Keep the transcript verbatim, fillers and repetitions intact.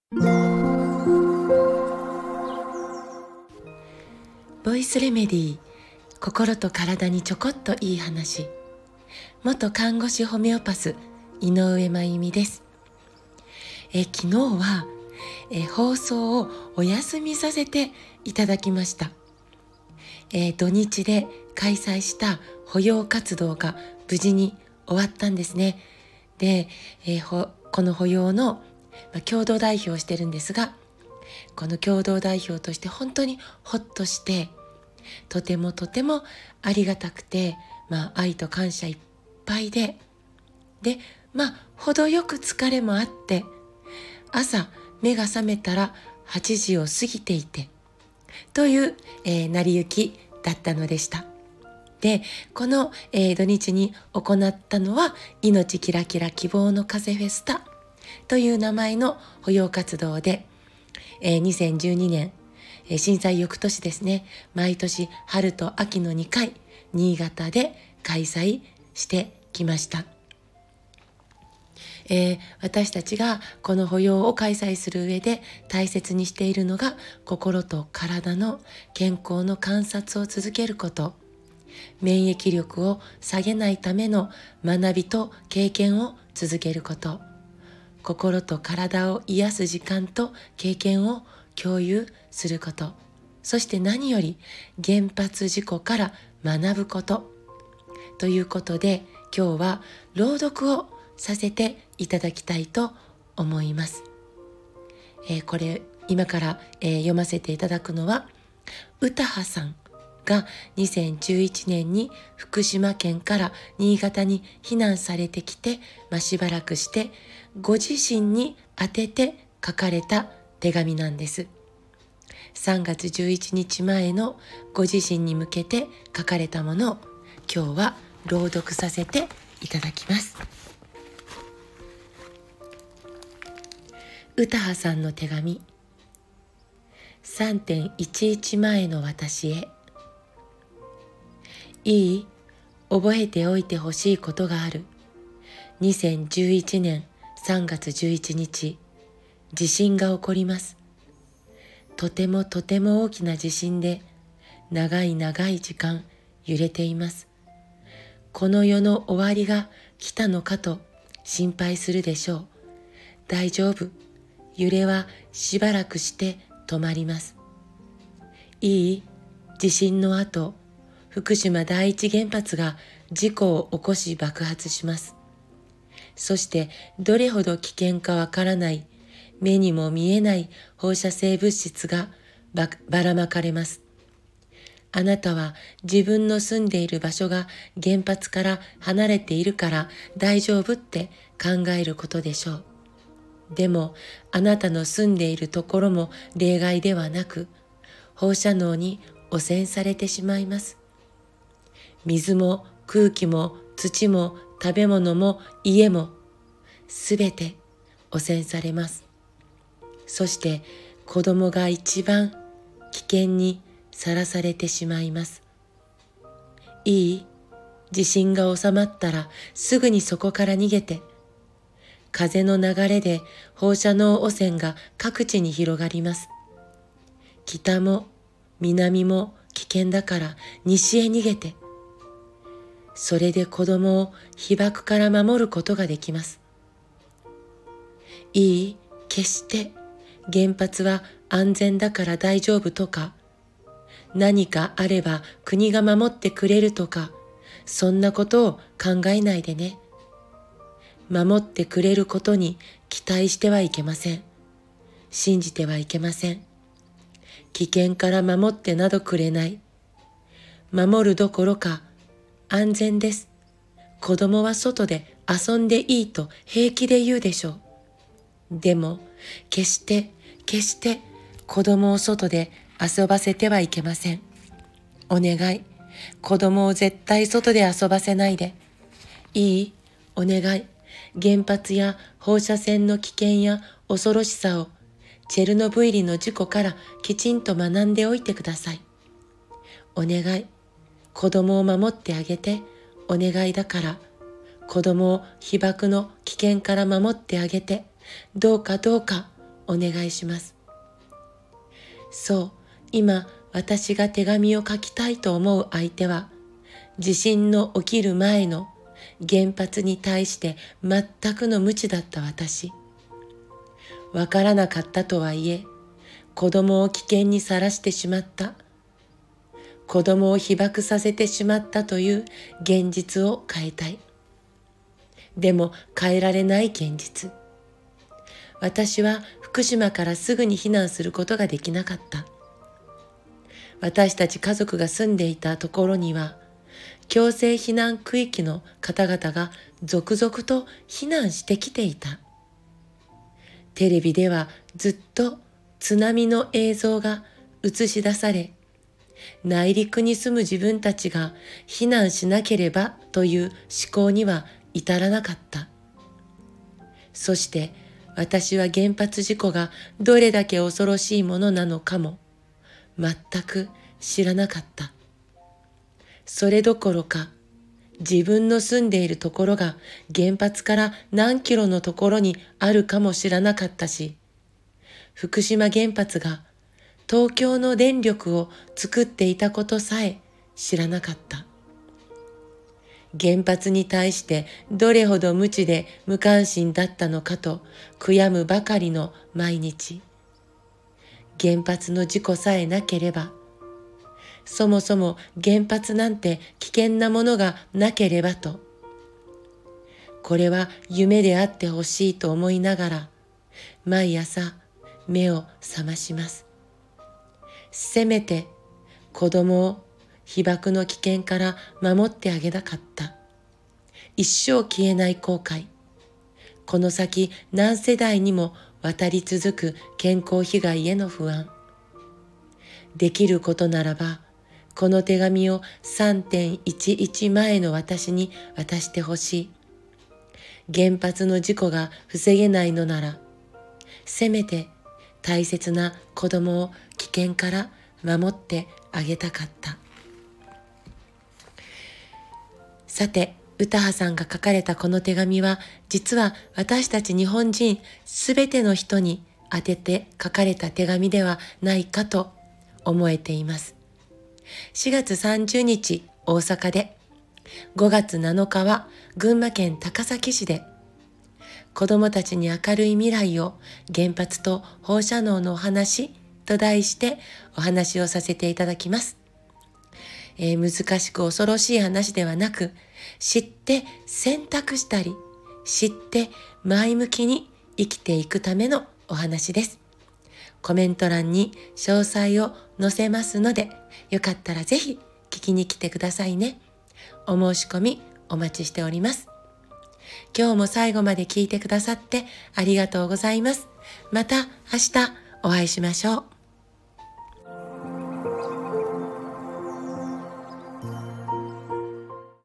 ボイスレメディー、心と体にちょこっといい話。元看護師ホメオパス井上真由美です。え昨日はえ放送をお休みさせていただきました。え土日で開催した保養活動が無事に終わったんですね。で、えほこの保養の、まあ、共同代表をしてるんですが、この共同代表として本当にほっとして、とてもとてもありがたくて、まあ、愛と感謝いっぱいで、で、まあ、程よく疲れもあって、朝目が覚めたらはちじを過ぎていて、という、えー、成り行きだったのでした。で、この、えー、土日に行ったのは、命キラキラ希望の風フェスタという名前の保養活動で、えー、にせんじゅうにねん、えー、震災翌年ですね、毎年春と秋のにかい、新潟で開催してきました。えー、私たちがこの保養を開催する上で大切にしているのが、心と体の健康の観察を続けること、免疫力を下げないための学びと経験を続けること、心と体を癒す時間と経験を共有すること、そして何より原発事故から学ぶことということで、今日は朗読をさせていただきたいと思います。えー、これ今から、えー、読ませていただくのは、詩羽さんがにせんじゅういちねんに福島県から新潟に避難されてきて、まあ、しばらくしてご自身に宛てて書かれた手紙なんです。さんがつじゅういちにちまえのご自身に向けて書かれたものを今日は朗読させていただきます。詩羽さんの手紙。さんてんいちいちまえの私へ。いい？覚えておいてほしいことがある。にせんじゅういちねんさんがつじゅういちにち、地震が起こります。とてもとても大きな地震で、長い長い時間揺れています。この世の終わりが来たのかと心配するでしょう。大丈夫。揺れはしばらくして止まります。いい？地震の後、福島第一原発が事故を起こし爆発します。そしてどれほど危険かわからない目にも見えない放射性物質がば、ばらまかれます。あなたは自分の住んでいる場所が原発から離れているから大丈夫って考えることでしょう。でもあなたの住んでいるところも例外ではなく、放射能に汚染されてしまいます。水も空気も土も食べ物も家もすべて汚染されます。そして子供が一番危険にさらされてしまいます。いい？地震が収まったらすぐにそこから逃げて。風の流れで放射能汚染が各地に広がります。北も南も危険だから西へ逃げて。それで子供を被爆から守ることができます。いい？決して原発は安全だから大丈夫とか、何かあれば国が守ってくれるとか、そんなことを考えないでね。守ってくれることに期待してはいけません。信じてはいけません。危険から守ってなどくれない。守るどころか安全です。子供は外で遊んでいいと平気で言うでしょう。でも決して決して子供を外で遊ばせてはいけません。お願い。子供を絶対外で遊ばせないで。いい？お願い。原発や放射線の危険や恐ろしさをチェルノブイリの事故からきちんと学んでおいてください。お願い。子供を守ってあげて。お願いだから。子供を被爆の危険から守ってあげて。どうかどうかお願いします。そう、今私が手紙を書きたいと思う相手は、地震の起きる前の原発に対して全くの無知だった私。わからなかったとはいえ、子供を危険にさらしてしまった。子供を被爆させてしまったという現実を変えたい。でも変えられない現実。私は福島からすぐに避難することができなかった。私たち家族が住んでいたところには、強制避難区域の方々が続々と避難してきていた。テレビではずっと津波の映像が映し出され、内陸に住む自分たちが避難しなければという思考には至らなかった。そして私は原発事故がどれだけ恐ろしいものなのかも全く知らなかった。それどころか、自分の住んでいるところが原発から何キロのところにあるかも知らなかったし、福島原発が東京の電力を作っていたことさえ知らなかった。原発に対してどれほど無知で無関心だったのかと悔やむばかりの毎日。原発の事故さえなければ、そもそも原発なんて危険なものがなければと、これは夢であってほしいと思いながら、毎朝目を覚まします。せめて子供を被爆の危険から守ってあげなかった。一生消えない後悔。この先何世代にも渡り続く健康被害への不安。できることならば、この手紙を さんてんいちいち 前の私に渡してほしい。原発の事故が防げないのなら、せめて大切な子供を危険から守ってあげたかった。さて、詩羽さんが書かれたこの手紙は、実は私たち日本人すべての人に宛てて書かれた手紙ではないかと思えています。しがつさんじゅうにち大阪で、ごがつなのかは群馬県高崎市で、子どもたちに明るい未来を原発と放射能のお話と題してお話をさせていただきます。えー、難しく恐ろしい話ではなく、知って選択したり、知って前向きに生きていくためのお話です。コメント欄に詳細を載せますので、よかったらぜひ聞きに来てくださいね。お申し込みお待ちしております。今日も最後まで聞いてくださってありがとうございます。また明日お会いしましょう。